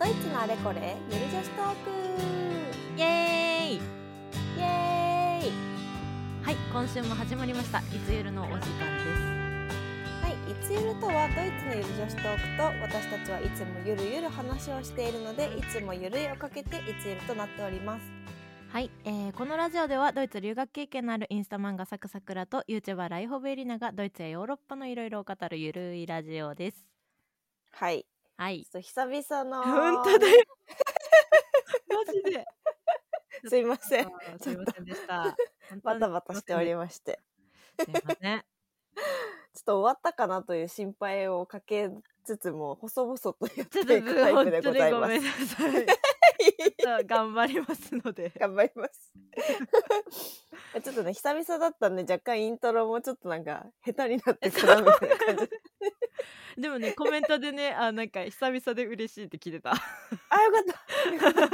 ドイツのあれこれゆる女子トークイエーイ。 イエーイ。 はい、今週も始まりましたいつゆるのお時間です。 はい、いつゆるとはドイツのゆる女子トークと私たちはいつもゆるゆる話をしているのでいつもゆるいをかけていつゆるとなっております。 はい、このラジオではドイツ留学経験のあるインスタ漫画サクサクラと YouTuber ライホブエリナがドイツやヨーロッパのいろいろを語るゆるいラジオです。 はい、 はい、 ちょっと久々の本当だよマジですいません、 すいませんでしたバタバタしておりましてすいませんちょっと終わったかなという心配をかけつつも細々とやっていくタイプでございます。 本当にごめんなさいちょっと頑張りますので頑張りますちょっとね久々だったんで若干イントロもちょっとなんか下手になってくなみたいな感じでもねコメントでねなんか久々で嬉しいって聞いてたあ、よか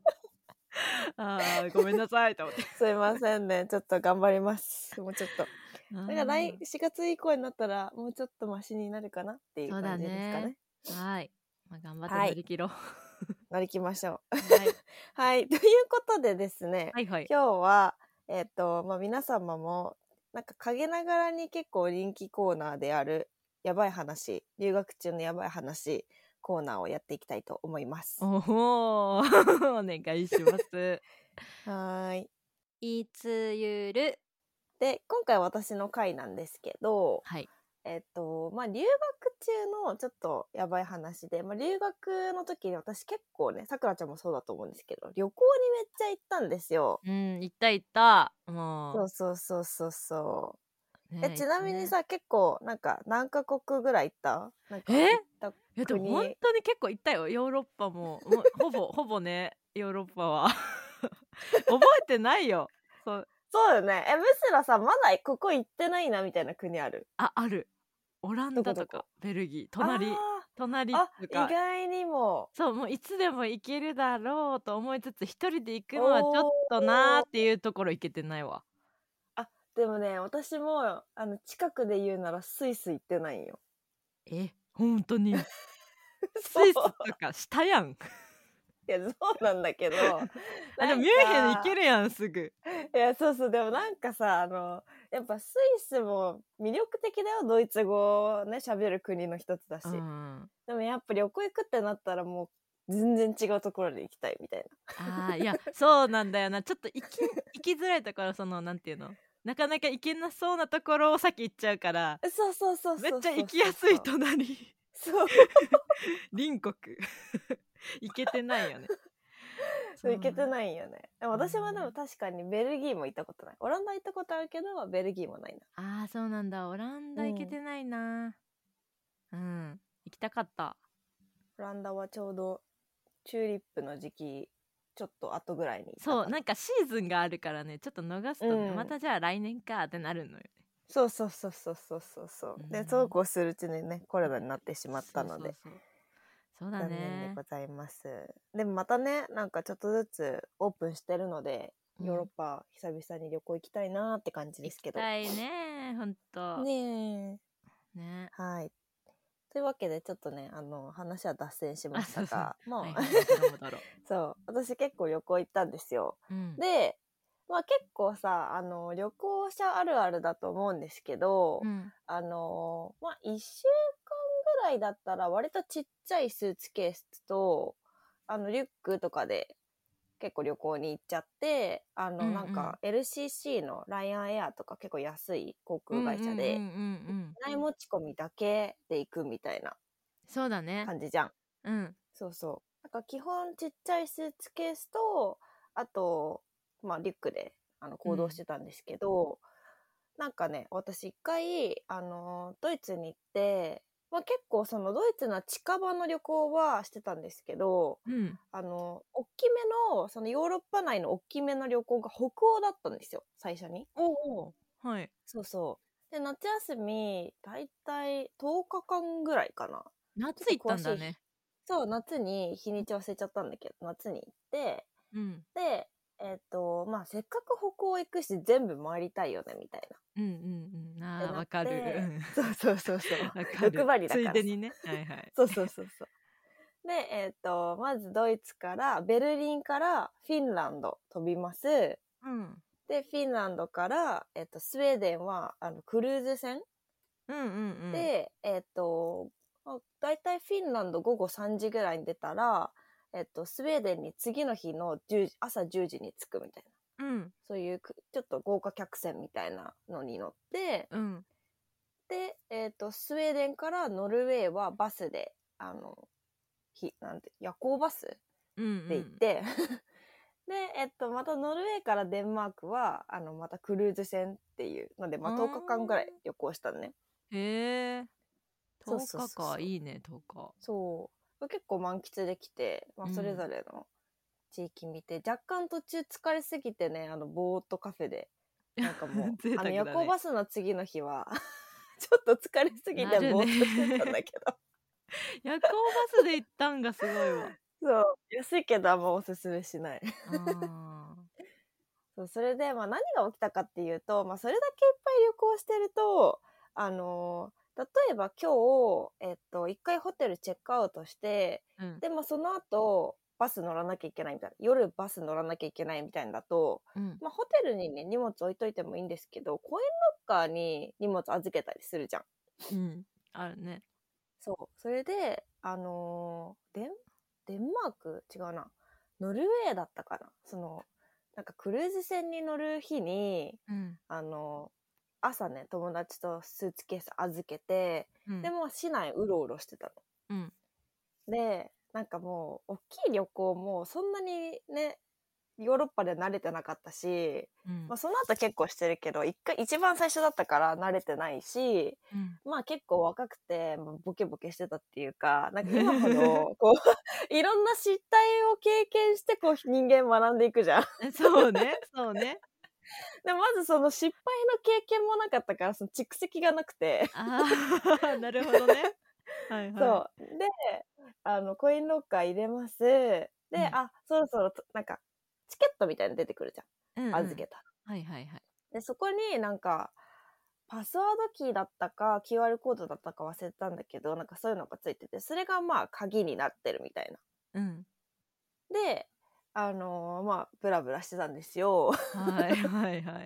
ったごめんなさいと思ってすいませんね、ちょっと頑張ります。もうちょっとそれが4月以降になったらもうちょっとマシになるかなっていう感じですかね。 はい、頑張って乗り切ろう、 乗り切りましょうはい、 はい、ということでですね、 はいはい、 今日は皆様もなんか陰ながらに結構人気コーナーであるやばい話、留学中のやばい話コーナーをやっていきたいと思います。 おお願いしますはい。 いつゆるで、今回私の回なんですけど、 はい、 留学中のちょっとやばい話で、留学の時に私結構ね、さくらちゃんもそうだと思うんですけど、旅行にめっちゃ行ったんですよ。 行ったもそう、 ね、 ちなみにさ、結構なんか何カ国ぐらい行った？なんか行ったでも本当に結構行ったよ。ヨーロッパもほぼねヨーロッパは覚えてないよ。 そうよね。むしろさ、まだここ行ってないなみたいな国ある？ ある。オランダとかどこベルギー隣とか意外にもそうもういつでも行けるだろうと思いつつ一人で行くのはちょっとなーっていうところ行けてないわ。 でもね、私も近くで言うならスイス行ってないんよ。 本当にスイスとかしたやんいやそうなんだけどでもミュンヘン行けるやんすぐ。 いやそうでもなんかさやっぱスイスも魅力的だよ。ドイツ語をね喋る国の一つだし、でもやっぱ旅行行くってなったらもう全然違うところで行きたいみたいな。いやそうなんだよな。ちょっと行きづらいところなんていうのなかなか行けなそうなところを先行っちゃうからそうめっちゃ行きやすい隣そう隣国行けてないよね行けてないよね。私はでも確かにベルギーも行ったことない。オランダ行ったことあるけどベルギーもないな。 そうなんだ。オランダ行けてないな。行きたかった。 オランダはちょうどチューリップの時期ちょっと後ぐらいに行ったそうなんかシーズンがあるからねちょっと逃すとね、またじゃあ来年かってなるのよね。 そうでそうこうするうちにねコロナになってしまったのでそうだね、 残念でございます。でもまたねなんかちょっとずつオープンしてるので、ヨーロッパ久々に旅行行きたいなって感じですけど。 行きたいねほんとねはい。 というわけでちょっとね話は脱線しましたがもうそう私結構旅行行ったんですよ、で結構さ旅行者あるあるだと思うんですけど、1週間ぐらいだったら割とちっちゃいスーツケースとリュックとかで結構旅行に行っちゃってなんか LCC のライアンエアとか結構安い航空会社で機内持ち込みだけで行くみたいなそうだね感じじゃん。そうなんか基本ちっちゃいスーツケースとあとリュックで行動してたんですけど、なんかね私一回ドイツに行って、結構そのドイツの近場の旅行はしてたんですけど、大きめのそのヨーロッパ内の大きめの旅行が北欧だったんですよ最初に。で夏休みだいたい10日間ぐらいかな。 夏行ったんだね。 そう夏に日にち忘れちゃったんだけど夏に行って、でせっかく北欧行くし全部回りたいよねみたいな。わかる。 そう欲張りだからついでにね。 そうでで、まずドイツからベルリンからフィンランド飛びます。 うん。 でフィンランドから、スウェーデンはクルーズ船、 うんうんうん、 でだいたいフィンランド午後3時ぐらいに出たら、スウェーデンに次の日の朝10時に着くみたいな、 うん、 そういうちょっと豪華客船みたいなのに乗って、 うん、 で、スウェーデンからノルウェーはバスでなんて夜行バスで行って、で、またノルウェーからデンマークはまたクルーズ船っていうので、10日間ぐらい旅行したのね。 へえ、 そう 10日か。いいね、10日。 そう結構満喫できて、それぞれの地域見て、若干途中疲れすぎてね、ぼーっとカフェでなんかもう、 ね、 夜行バスの次の日はちょっと疲れすぎてぼーっとしてたんだけど、 夜行バスで行ったんがすごいわ。 そう安いけどあんまおすすめしないそう、それで、何が起きたかっていうと、それだけいっぱい旅行してると、例えば今日、一回ホテルチェックアウトして、で、その後、バス乗らなきゃいけないみたいな、夜バス乗らなきゃいけないみたいなだと、ホテルにね、荷物置いといてもいいんですけど、コインロッカーに荷物預けたりするじゃん。 うん、あるね。 そう、それで、デンマーク違うな。ノルウェーだったかな。なんかクルーズ船に乗る日に、朝ね、友達とスーツケース預けて、でも市内うろうろしてたの。で、なんかもう、大きい旅行もそんなにね、ヨーロッパで慣れてなかったし、その後結構してるけど、一番最初だったから慣れてないし、結構若くてボケボケしてたっていうか、なんか今ほどこういろんな失態を経験してこう人間学んでいくじゃん。 そうね、そうね。 でまずその失敗の経験もなかったから、その蓄積がなくて。 なるほどね。はいはい。 そうでコインロッカー入れます。で、そろそろなんかチケットみたいに出てくるじゃん、預けたら。 はいはいはい。 でそこになんかパスワードキーだったか QR コードだったか忘れたんだけど、なんかそういうのがついてて、それが鍵になってるみたいな。でブラブラしてたんですよ。 はいはいはい。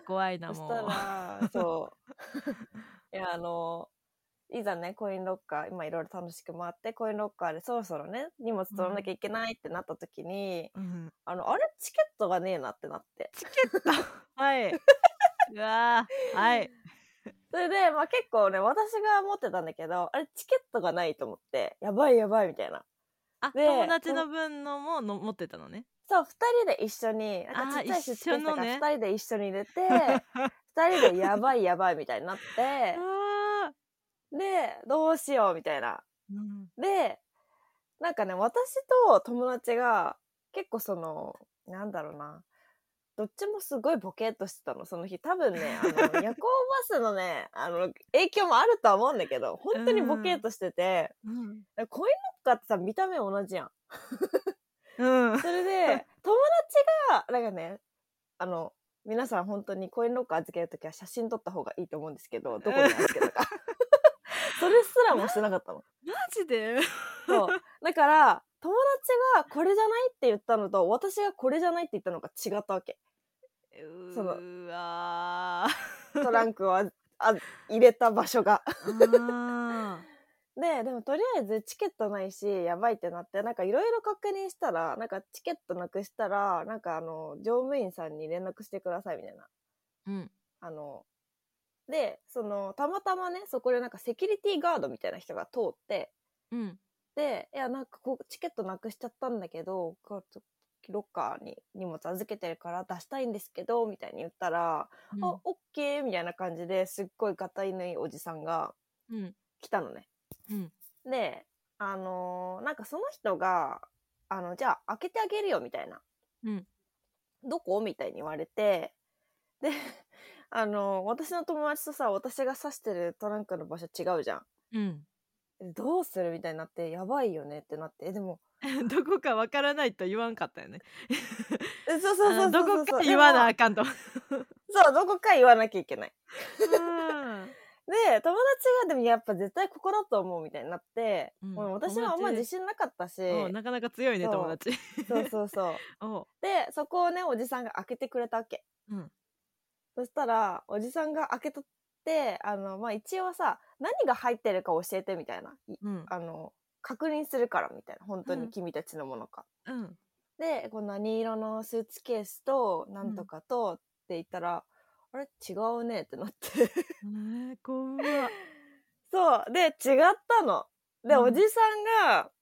怖いな、もう。 そしたらそういやいざね、コインロッカー、今いろいろ楽しく回って、コインロッカーでそろそろね、荷物取らなきゃいけないってなった時に、あれチケットがねえなってなって。 チケットはい。うわはい。 それで、結構ね、私が持ってたんだけど、あれチケットがないと思って、やばいやばいみたいな。 で、友達の分のも持ってたのね。 そう、2人で一緒に、なんかちっちゃいスーツケースだから2人で一緒に入れて、2人でやばいやばいみたいになって、で、どうしようみたいな。で、なんかね、私と友達が結構なんだろうな、どっちもすごいボケっとしてたの、その日。多分ね、夜行バスのね、影響もあるとは思うんだけど、本当にボケっとしてて、コインロッカーってさ、見た目同じやん。それで、友達が、なんかね、皆さん本当にコインロッカー預けるときは写真撮った方がいいと思うんですけど、どこに預けたか。それすらもしてなかったの。 マジでそう。だから、友達がこれじゃないって言ったのと、私がこれじゃないって言ったのが違ったわけ。 うわトランクを入れた場所が。でもとりあえずチケットないし、やばいってなって、なんかいろいろ確認したら、なんかチケットなくしたら、なんか乗務員さんに連絡してくださいみたいな。で、たまたまね、そこでなんかセキュリティガードみたいな人が通って、で、いや、なんかチケットなくしちゃったんだけど、ロッカーに荷物預けてるから出したいんですけど、みたいに言ったら、オッケーみたいな感じですっごいガタイのいいおじさんが来たのね。で、なんかその人が、じゃあ開けてあげるよみたいな。どこみたいに言われて、で、私の友達とさ、私が指してるトランクの場所違うじゃん。どうするみたいになって、やばいよねってなって、でもどこかわからないと言わんかったよね。 そうどこか言わなあかんと。 そう、どこか言わなきゃいけない。 で、友達がでもやっぱ絶対ここだと思うみたいになって、もう私はあんま自信なかったし。 なかなか強いね、友達。 そう。で、そこをね、おじさんが開けてくれたわけ。そしたら、おじさんが開けとって、一応さ、何が入ってるか教えてみたいな。確認するからみたいな。本当に君たちのものか。で、この何色のスーツケースと、なんとかと、って言ったら、あれ違うねってなって。 怖っ。 そう。で、違ったの。で、おじさんが、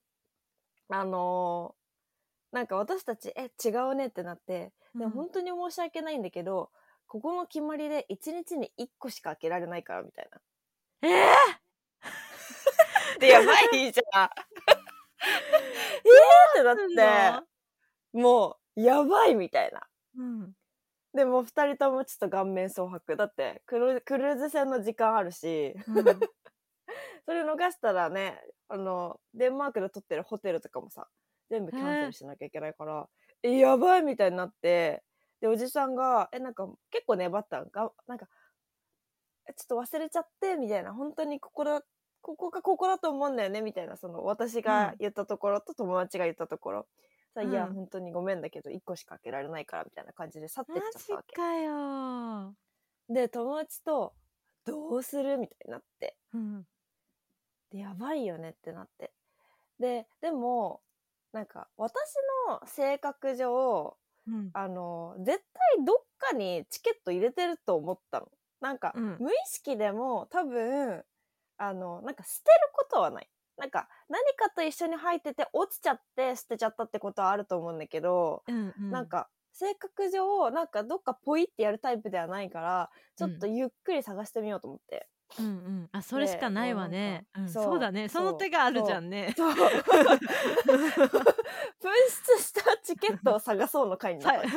なんか私たち、違うねってなって、でも本当に申し訳ないんだけど、ここの決まりで1日に1個しか開けられないから、みたいな。で、やばいじゃん。ってなって、もう、やばいみたいな。でも2人ともちょっと顔面蒼白。だってクルーズ船の時間あるし、それ逃したらね、デンマークで撮ってるホテルとかもさ、全部キャンセルしなきゃいけないから、やばいみたいになって、で、おじさんが、なんか結構粘ったんか、なんか、ちょっと忘れちゃって、みたいな、本当にここがここだと思うんだよね、みたいな、その私が言ったところと友達が言ったところ、いや、本当にごめんだけど、1個しか開けられないから、みたいな感じで去ってっちゃったわけ。 マジかよ。 で、友達と、どうするみたいになって。で、やばいよねってなって。でも、なんか、私の性格上、絶対どっかにチケット入れてると思ったの。なんか、無意識でも多分、なんか捨てることはない。なんか、何かと一緒に入ってて落ちちゃって捨てちゃったってことはあると思うんだけど、なんか、性格上、なんかどっかポイってやるタイプではないから、ちょっとゆっくり探してみようと思って。 あ、それしかないわね。そうだね。その手があるじゃんね。 そう。紛失したチケットを探そうの回になった。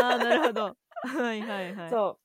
あ、なるほど。はいはいはい。 そう。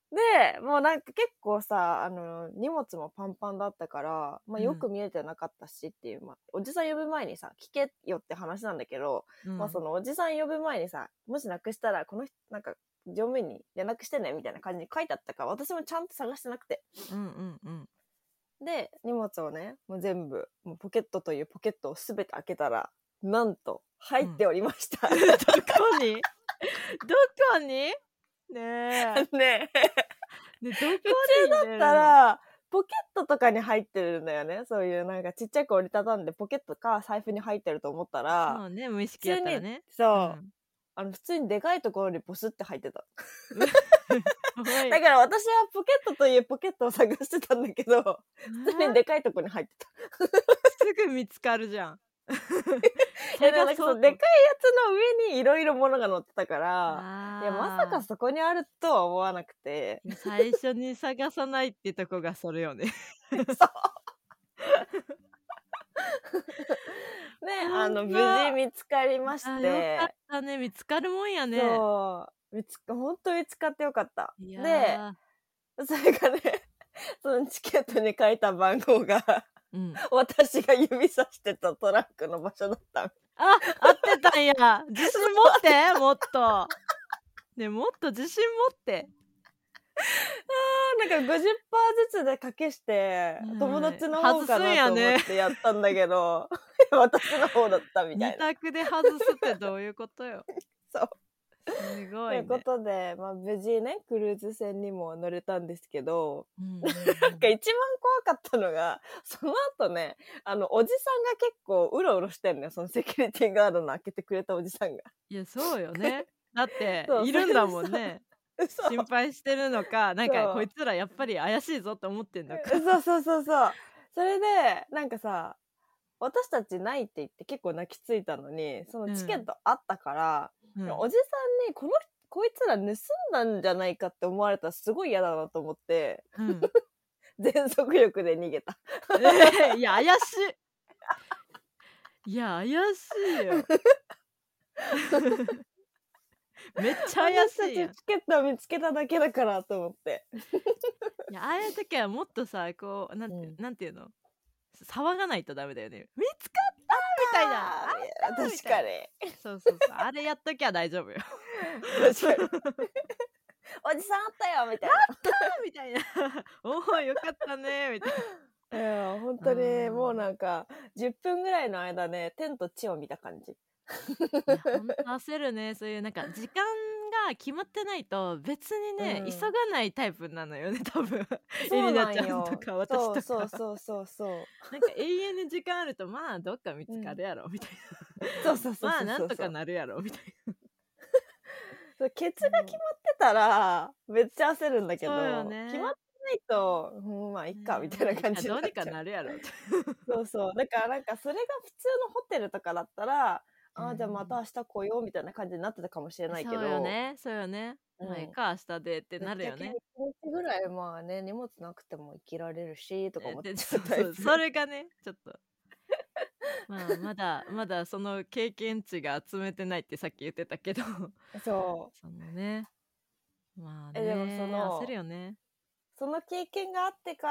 で、もうなんか結構さ、荷物もパンパンだったから、よく見えてなかったしっていう、おじさん呼ぶ前にさ、聞けよって話なんだけど、そのおじさん呼ぶ前にさ、もしなくしたら、この人、なんか、乗務員に連絡してね、みたいな感じに書いてあったから、私もちゃんと探してなくて。で、荷物をね、もう全部、もうポケットというポケットをすべて開けたら、なんと、入っておりました。 どこにどこにねえ。 ねえ。 どこに普通だったら、ポケットとかに入ってるんだよね。そういうなんかちっちゃく折りたたんでポケットか財布に入ってると思ったら。 そうね、無意識やったらね。 そう。普通にでかいところにボスって入ってた。だから私はポケットというポケットを探してたんだけど、普通にでかいところに入ってた。 すぐ見つかるじゃん。 でかいやつの上にいろいろ物が乗ってたから、いや、まさかそこにあるとは思わなくて。 最初に探さないってとこがそれよね。 そう。ね、無事見つかりまして。 よかったね、見つかるもんやね。 そう。本当に見つかってよかった。で、それがね、そのチケットに書いた番号が、私が指さしてたトラックの場所だった。 あ、合ってたんや。自信持ってもっと。ね、もっと自信持って。 なんか 50% ずつで掛けして、友達の方かなと思ってやったんだけど、私の方だったみたいな。 2択で外すってどういうことよ。 そう。 すごいね。 ということで、無事ね、クルーズ船にも乗れたんですけど、なんか一番怖かったのが、その後ね、おじさんが結構うろうろしてんのよ、そのセキュリティガードの開けてくれたおじさんが。 いや、そうよね。だって、いるんだもんね。心配してるのか、なんかこいつらやっぱり怪しいぞって思ってんのか。 そう。それで、なんかさ、私たちないって言って結構泣きついたのに、そのチケットあったから、おじさんにこいつら盗んだんじゃないかって思われたらすごい嫌だなと思って、全速力で逃げた。 いや、怪しい。いや、怪しいよ。めっちゃ怪しいやん。 チケットを見つけただけだからと思って。 いや、ああいう時はもっとさ、こう、なんていうの、騒がないとダメだよね。見つかったみたいな。 確かに。 そう。あれやっときゃ大丈夫よ。 確かに。 おじさんあったよみたいなみたいなおおよかったねみたいな。いや本当にもうなんか10分ぐらいの間ね天と地を見た感じ。 いやほんと焦るね。そういうなんか時間が決まってないと別にね、急がないタイプなのよね多分。エリナちゃんとか私とかそうなんか永遠に時間あるとまあどっか見つかるやろみたいな、まあなんとかなるやろみたいな。ケツが決まってたらめっちゃ焦るんだけど、 そうよね、 決まってないと、まあいっかみたいな感じになっちゃう。 どうにかなるやろそうだからなんかそれが普通のホテルとかだったら、じゃあまた明日来ようみたいな感じになってたかもしれないけど、 そうよね、まあいいか明日でってなるよね。 1日ぐらいまあね荷物なくても生きられるしとか思ってたタイプ。 それがねちょっとまあまだその経験値が集めてないってさっき言ってたけどそのねまあねでも焦るよね。 その経験があってから、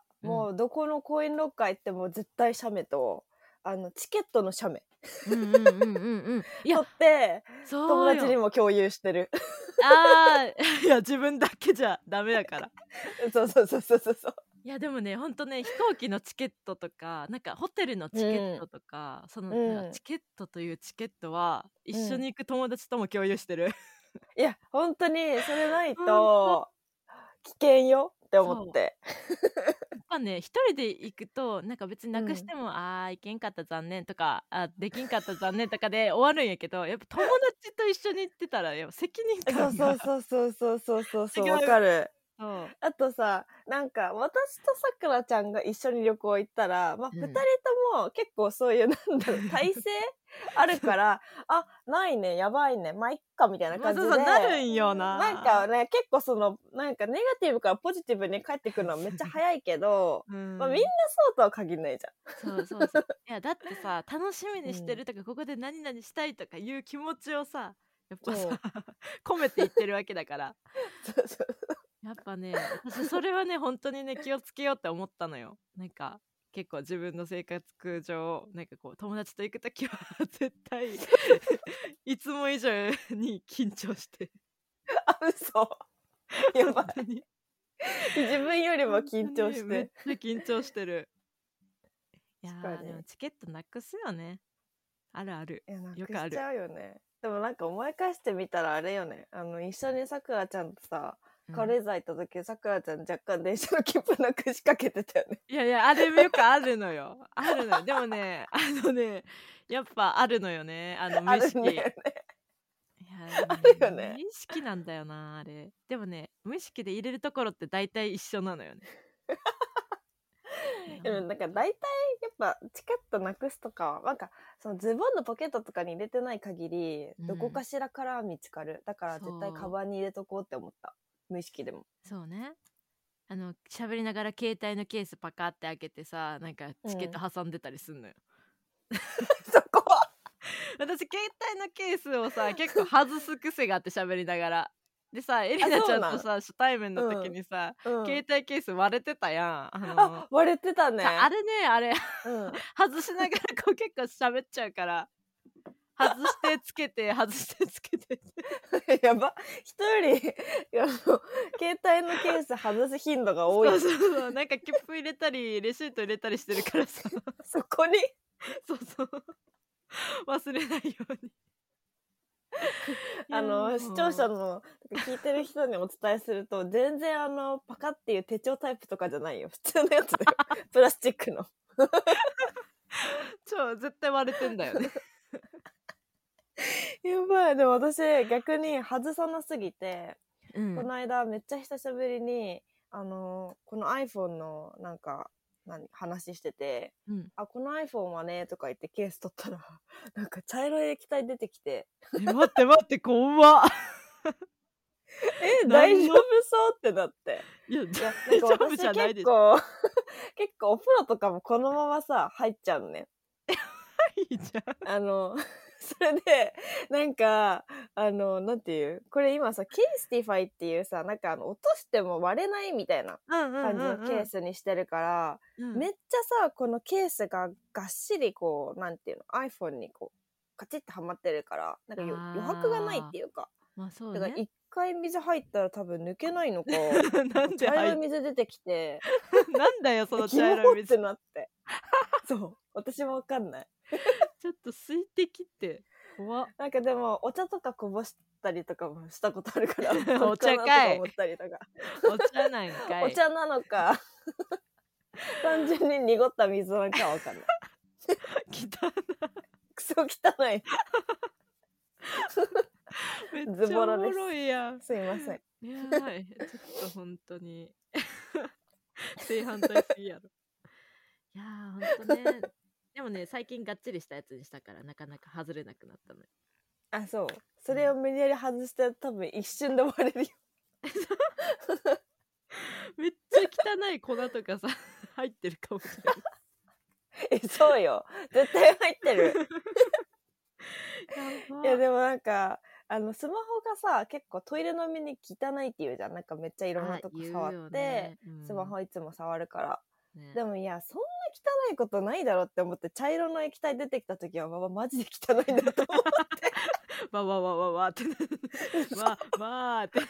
もうどこのコインロッカー行っても絶対写メとチケットの写メ取って友達にも共有してる。 いや自分だけじゃダメやからそういやでもねほんとね飛行機のチケットとかなんかホテルのチケットとか、そのチケットというチケットは一緒に行く友達とも共有してるいや本当にそれないと危険よって思ってやっぱね一人で行くとなんか別になくしても、行けんかった残念とかできんかった残念とかで終わるんやけど、やっぱ友達と一緒に行ってたらやっぱ責任感がそうわかる。あとさなんか私とさくらちゃんが一緒に旅行行ったら、まあ、2人とも結構そういうなんだろう体制あるからないねやばいねまあいっかみたいな感じで、 なるんよな。 なんかね結構そのなんかネガティブからポジティブに帰ってくるのはめっちゃ早いけど、まあ、みんなそうとは限らないじゃん。 そういやだってさ楽しみにしてるとか、ここで何々したいとかいう気持ちをさやっぱさ込めていってるわけだからやっぱね私それはね本当にね気をつけようって思ったのよ。なんか結構自分の生活上なんかこう友達と行くときは絶対いつも以上に緊張して嘘やばい自分よりも緊張してめっちゃ緊張してる。いやでもチケットなくすよね。あるある。 よくある。なくしちゃうよね。でもなんか思い返してみたらあれよね。一緒にさくらちゃんとさ軽井沢行った時さくらちゃん若干電車の切符なくしかけてたよね。 いやあれよくあるのよ。あるのよ。でもねやっぱあるのよね。無意識。 あるんだよね。 あるよね。無意識なんだよなあれ。でもね無意識で入れるところって大体一緒なのよね。 なんか大体やっぱチケットなくすとかなんかそのズボンのポケットとかに入れてない限り、どこかしらから見つかる。だから絶対カバンに入れとこうって思った。無意識でも。 そうね。喋りながら携帯のケースパカって開けてさなんかチケット挟んでたりすんのよ。 そこ私携帯のケースをさ結構外す癖があって喋りながらでさエリナちゃんとさ初対面の時にさ、携帯ケース割れてたやん。 割れてたね。 あれね外しながらこう結構喋っちゃうから外してつけて外してつけてやば人より携帯のケース外す頻度が多い。 そうなんか切符入れたりレシート入れたりしてるからさそこにそう忘れないように視聴者の聞いてる人にお伝えすると全然パカっていう手帳タイプとかじゃないよ。普通のやつだよ。プラスチックの絶対割れてんだよね。 やばい。でも私逆に外さなすぎて、この間めっちゃ久しぶりにこの iPhone のなんか話してて、この iPhone はねとか言ってケース取ったらなんか茶色い液体出てきて待って怖っ大丈夫そうってなって。 いや大丈夫じゃないでしょ。結構お風呂とかもこのままさ入っちゃうね。 いいじゃん。 それでなんかなんていうこれ今さケースティファイっていうさなんか落としても割れないみたいな感じのケースにしてるから、めっちゃさこのケースががっしりこうなんていうの iPhone にこうカチッてはまってるからなんか余白がないっていうか、 まあそうね、 だから一回水入ったら多分抜けないのかなんで茶色い水出てきてなんだよその茶色い水ってなってそう私も分かんないちょっと水滴って怖っ。 なんかでもお茶とかこぼしたりとかもしたことあるからお茶かい思ったりとかお茶なんかいお茶なのか単純に濁った水なのか分かんない汚いクソ汚いめっちゃおもろいやん。 すいません。 いやーちょっと本当に正反対すぎやろ。いやー本当ね。でもね最近がっちりしたやつにしたからなかなか外れなくなったのよ。 あ、そう。それを無理やり外して、多分一瞬で割れるよ。 めっちゃ汚い粉とかさ入ってるかもしれない。 そうよ。絶対入ってる。いやでもなんかスマホがさ結構トイレの目に汚いって言うじゃん。なんかめっちゃいろんなとこ触って、ねスマホいつも触るから、ね、でもいやそんな汚いことないだろって思って茶色の液体出てきた時はマジで汚いんだと思ってわわわわわってわわって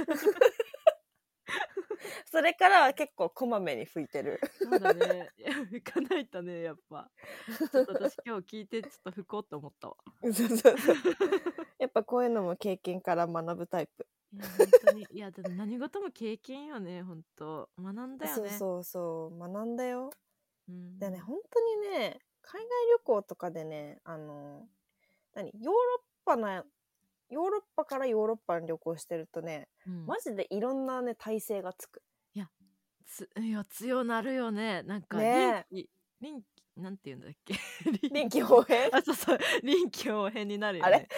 それからは結構こまめに拭いてる。 そうだね。いや拭かないとねやっぱちょっと私今日聞いてちょっと拭こうと思ったわ。 そうやっぱこういうのも経験から学ぶタイプ。 いや本当にいやでも何事も経験よね本当学んだよね。 そう学んだよ。でね本当にね海外旅行とかでねヨーロッパからヨーロッパに旅行してるとね、マジでいろんなね体勢がつく。 いや強なるよね。なんか臨機なんて言うんだっけ臨機応変あそう臨機応変になるよね。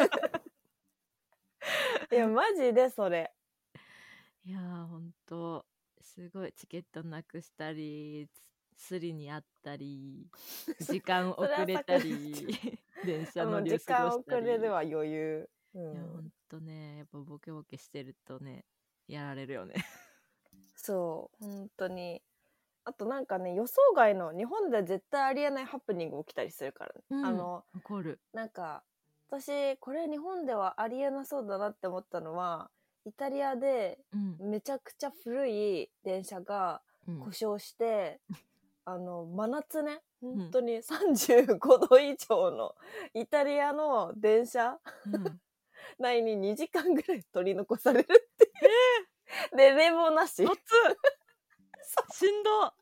いやマジでそれ。 いやほんとすごいチケットなくしたりスリにあったり時間遅れたり電車乗り過ごしたり。時間遅れるは余裕。いやほんとねやっぱボケボケしてるとねやられるよねそう本当に。あとなんかね予想外の日本で絶対ありえないハプニング起きたりするからね。 怒る。 なんか私これ日本ではありえなそうだなって思ったのはイタリアでめちゃくちゃ古い電車が故障して、真夏ね本当に35度以上のイタリアの電車、内に2時間ぐらい取り残されるっていう、で冷房なししんど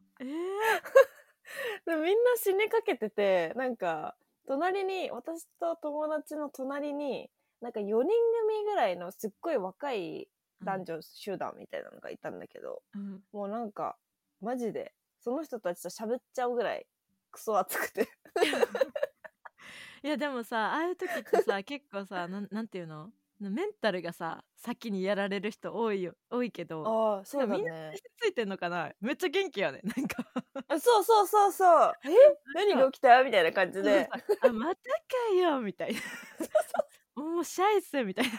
でみんな死にかけててなんか私と友達の隣になんか4人組ぐらいのすっごい若い男女集団みたいなのがいたんだけど、もうなんかマジでその人たちと喋っちゃうぐらいクソ暑くていやでもさああいう時ってさ結構さなんていうのメンタルがさ先にやられる人多いけど、 そうだね、 みんなついてんのかな。めっちゃ元気やねなんかそう何が起きたみたいな感じであまたかよみたいなもうシャイっすみたいな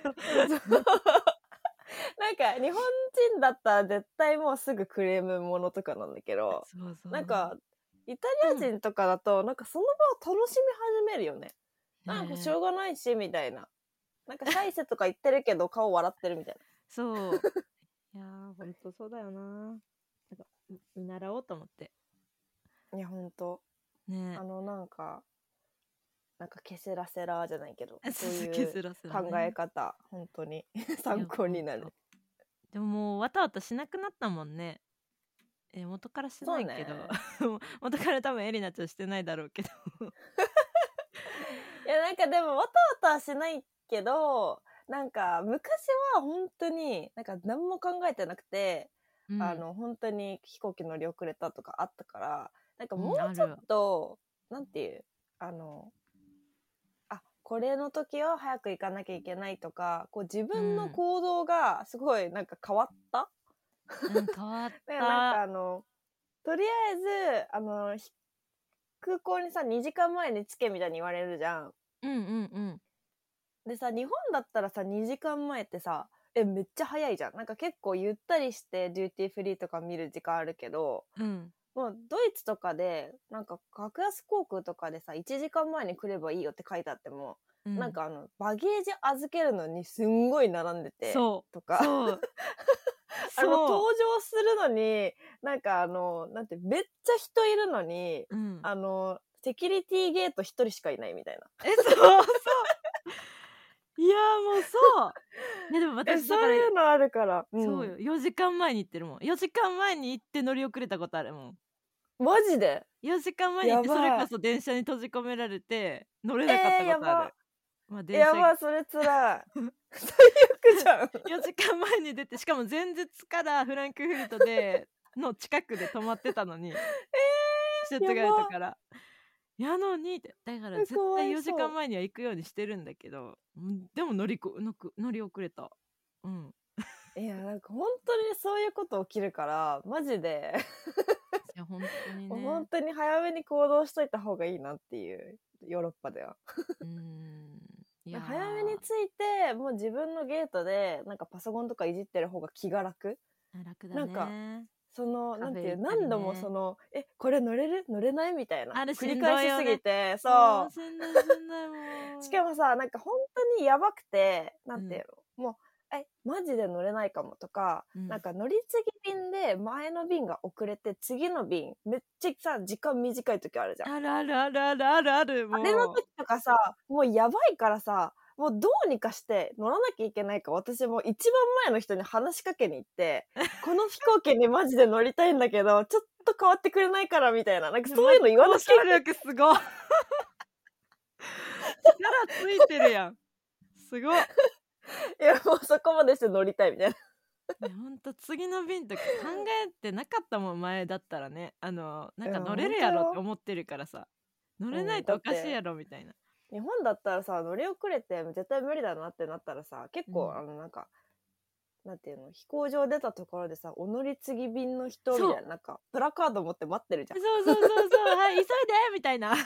なんか日本人だったら絶対もうすぐクレームものとかなんだけど、なんかイタリア人とかだとなんかその場を楽しみ始めるよね。なんかしょうがないしみたいな。なんかシャイセとか言ってるけど顔笑ってるみたいな。 そういやーほんとそうだよな。なんか見習おうと思って。 いやほんとねなんかケセラセラじゃないけどそういう考え方、本当に参考になる。 でももうわたわたしなくなったもんね。元からしてないけど、元から多分エリナちゃんしてないだろうけどいやなんかでもわたわたはしないけどなんか昔は本当になんか何も考えてなくて、本当に飛行機乗り遅れたとかあったからなんかもうちょっと、なんていうこれの時は早く行かなきゃいけないとかこう自分の行動がすごいなんか変わった、 変わったなんかとりあえず空港にさ2時間前に着けみたいに言われるじゃん。でさ日本だったらさ2時間前ってさめっちゃ早いじゃん。なんか結構ゆったりしてデューティーフリーとか見る時間あるけど、もうドイツとかでなんか格安航空とかでさ1時間前に来ればいいよって書いてあってもなんかバゲージ預けるのにすんごい並んでてとか登場するのになんかなんてめっちゃ人いるのに、セキュリティゲート1人しかいないみたいな。 そういやもうそうでも私そういうのあるから、 そうよ4時間前に行ってるもん。4時間前に行って乗り遅れたことあるもん。 マジで 4時間前に行ってそれこそ電車に閉じ込められて乗れなかったことある。 やばそれつらい最悪じゃん。 4時間前に出て、しかも前日からフランクフルトでの近くで泊まってたのにシュツットガルトからやのにってだから絶対4時間前には行くようにしてるんだけど、でも乗り遅れた。 いやなんか本当にそういうこと起きるからマジでいや本当にね本当に早めに行動しといた方がいいなっていうヨーロッパでは。いや早めに着いてもう自分のゲートでなんかパソコンとかいじってる方が気が楽。 楽だね。 なんかなんていう何度もこれ乗れる乗れないみたいな繰り返しすぎて、そうしかもさなんか本当にやばくてなんていうの、もうマジで乗れないかもとか、なんか乗り継ぎ便で前の便が遅れて次の便めっちゃさ時間短い時あるじゃん。 あるあるあるあるあるある。もうあれの時とかさもうやばいからさもうどうにかして乗らなきゃいけないか私も一番前の人に話しかけに行ってこの飛行機にマジで乗りたいんだけどちょっと変わってくれないからみたいな、なんかそういうの言わなきゃいけない。 力すごい力ついてるやんすごい。 いやもうそこまでして乗りたいみたいな。 ほんと次の便とか考えてなかったもん前だったらね。なんか乗れるやろって思ってるからさ乗れないとおかしいやろみたいな。 日本だったらさ乗り遅れて絶対無理だなってなったらさ結構、なんかなんていうの飛行場出たところでさお乗り継ぎ便の人みたいななんかプラカード持って待ってるじゃん。 そうはい急いでみたいな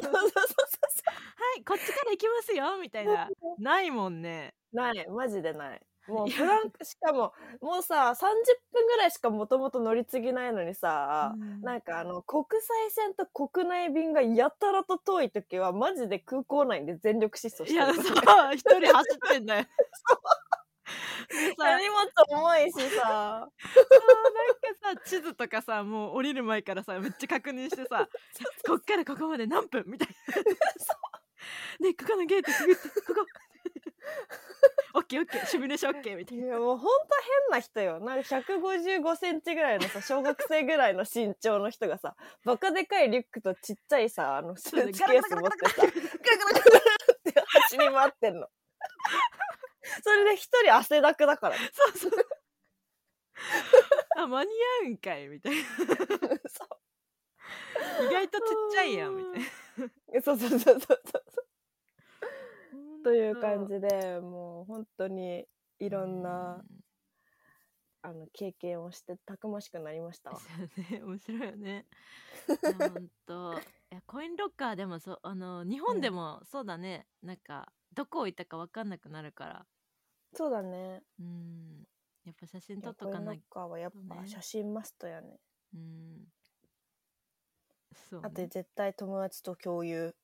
はいこっちから行きますよみたいなないもんね。 ないマジでない。もうフランクしかももうさ30分ぐらいしかもともと乗り継ぎないのにさ、なんか国際線と国内便がやたらと遠い時はマジで空港内で全力疾走してる。いやそう一人走ってんだよ荷物重いしさなんかさ地図とかさもう降りる前からさめっちゃ確認してさこっからここまで何分みたいなねここのゲートくぐってここオッケーシミュレーションオッケーみたいな。 いやもうほんと変な人よ。なんか155センチぐらいのさ小学生ぐらいの身長の人がさバカでかいリュックとちっちゃいさスーツケース持ってさガラガラガラって走り回ってんのそれで一人汗だくだから、ね、 そうあ間に合うんかいみたいな意外とちっちゃいやんみたいなそうという感じでもう本当にいろんな経験をしてたくましくなりましたわ。 ね、面白いよね。本当コインロッカーでも日本でもそうだね、なんかどこ置いたか分かんなくなるから。 そうだね。 やっぱ写真撮っとかないと、ね。コインロッカーはやっぱ写真マストやね。 そうね、 あと絶対友達と共有。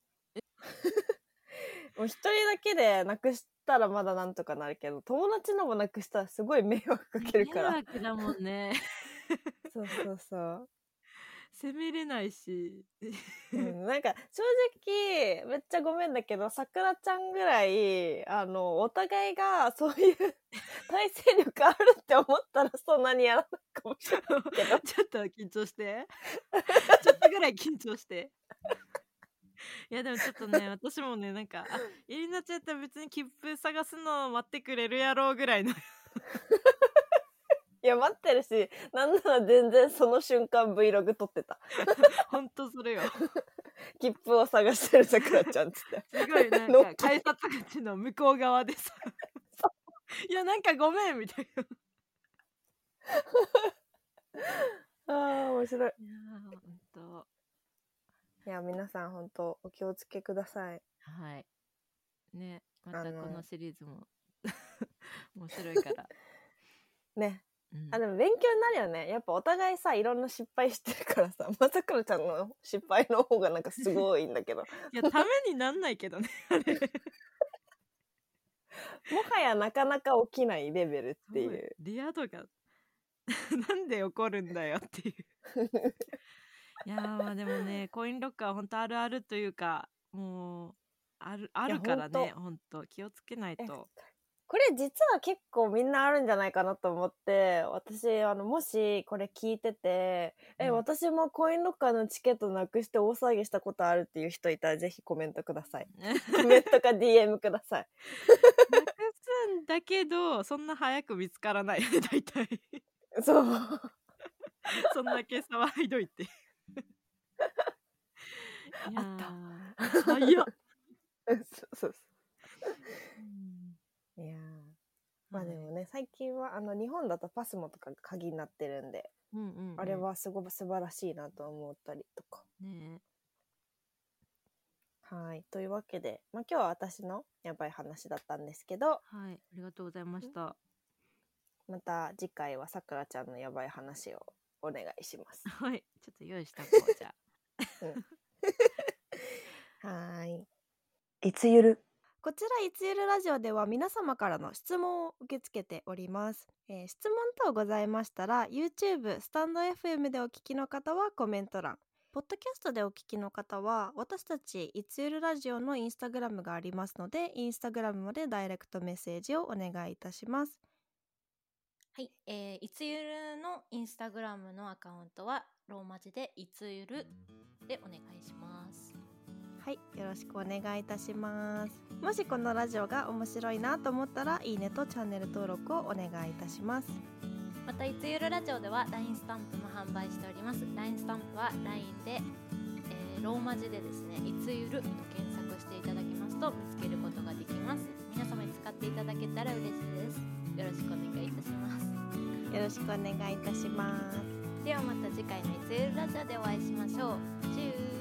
もう一人だけでなくしたらまだなんとかなるけど友達のもなくしたらすごい迷惑かけるから。 迷惑だもんねそう責めれないし、 なんか正直めっちゃごめんだけどさくらちゃんぐらいお互いがそういう体制力あるって思ったらそんなにやらないかもしれないけどちょっと緊張してちょっとぐらい緊張していやでもちょっとね私もねなんかイリナちゃんやったら別に切符探すのを待ってくれるやろうぐらいのいや待ってるしなんなら全然その瞬間 Vlog 撮ってたほんとそれよ切符を探してるさくらちゃんっつってすごいなんか改札口の向こう側でさいやなんかごめんみたいな面白い。 いやほんといや皆さん本当お気をつけください。 はいね、またこのシリーズも面白いからね、でも勉強になるよね。やっぱお互いさいろんな失敗してるからさまさくらちゃんの失敗の方がなんかすごいんだけどいやためになんないけどねあれもはやなかなか起きないレベルっていう。 リア度がなんで起こるんだよっていういやまあでもねコインロッカーは本当あるあるというかもうあるからね本当気をつけないと。 これ実は結構みんなあるんじゃないかなと思って、私もしこれ聞いてて、私もコインロッカーのチケットなくして大騒ぎしたことあるっていう人いたらぜひコメントください。コメントか DM ください。 なくすんだけどそんな早く見つからない大体そうそんだけ騒いどいてあった早っそういやまあでもね、最近は日本だとパスモとかが鍵になってるんで、あれはすごく素晴らしいなと思ったりとかね。 はい、というわけで、今日は私のやばい話だったんですけど、 はい、ありがとうございました。 また次回はさくらちゃんのやばい話をお願いします。 はい、ちょっと用意したこうじゃあ。はい。いつゆる。こちらいつゆるラジオでは皆様からの質問を受け付けております。質問等ございましたら YouTube、スタンド FM でお聞きの方はコメント欄、ポッドキャストでお聞きの方は私たちいつゆるラジオのインスタグラムがありますので、インスタグラムまでダイレクトメッセージをお願いいたします。 はい、いつゆるのインスタグラムのアカウントはローマ字でいつゆるでお願いします。 はい、よろしくお願いいたします。もしこのラジオが面白いなと思ったらいいねとチャンネル登録をお願いいたします。 またいつゆるラジオでは LINE スタンプも販売しております。 LINE スタンプは LINE で、ローマ字でですねいつゆると検索していただきますと見つけることができます。皆様に使っていただけたら嬉しいです。よろしくお願いいたします。 よろしくお願いいたします。 ではまた次回のいつゆるラジオでお会いしましょう。チュー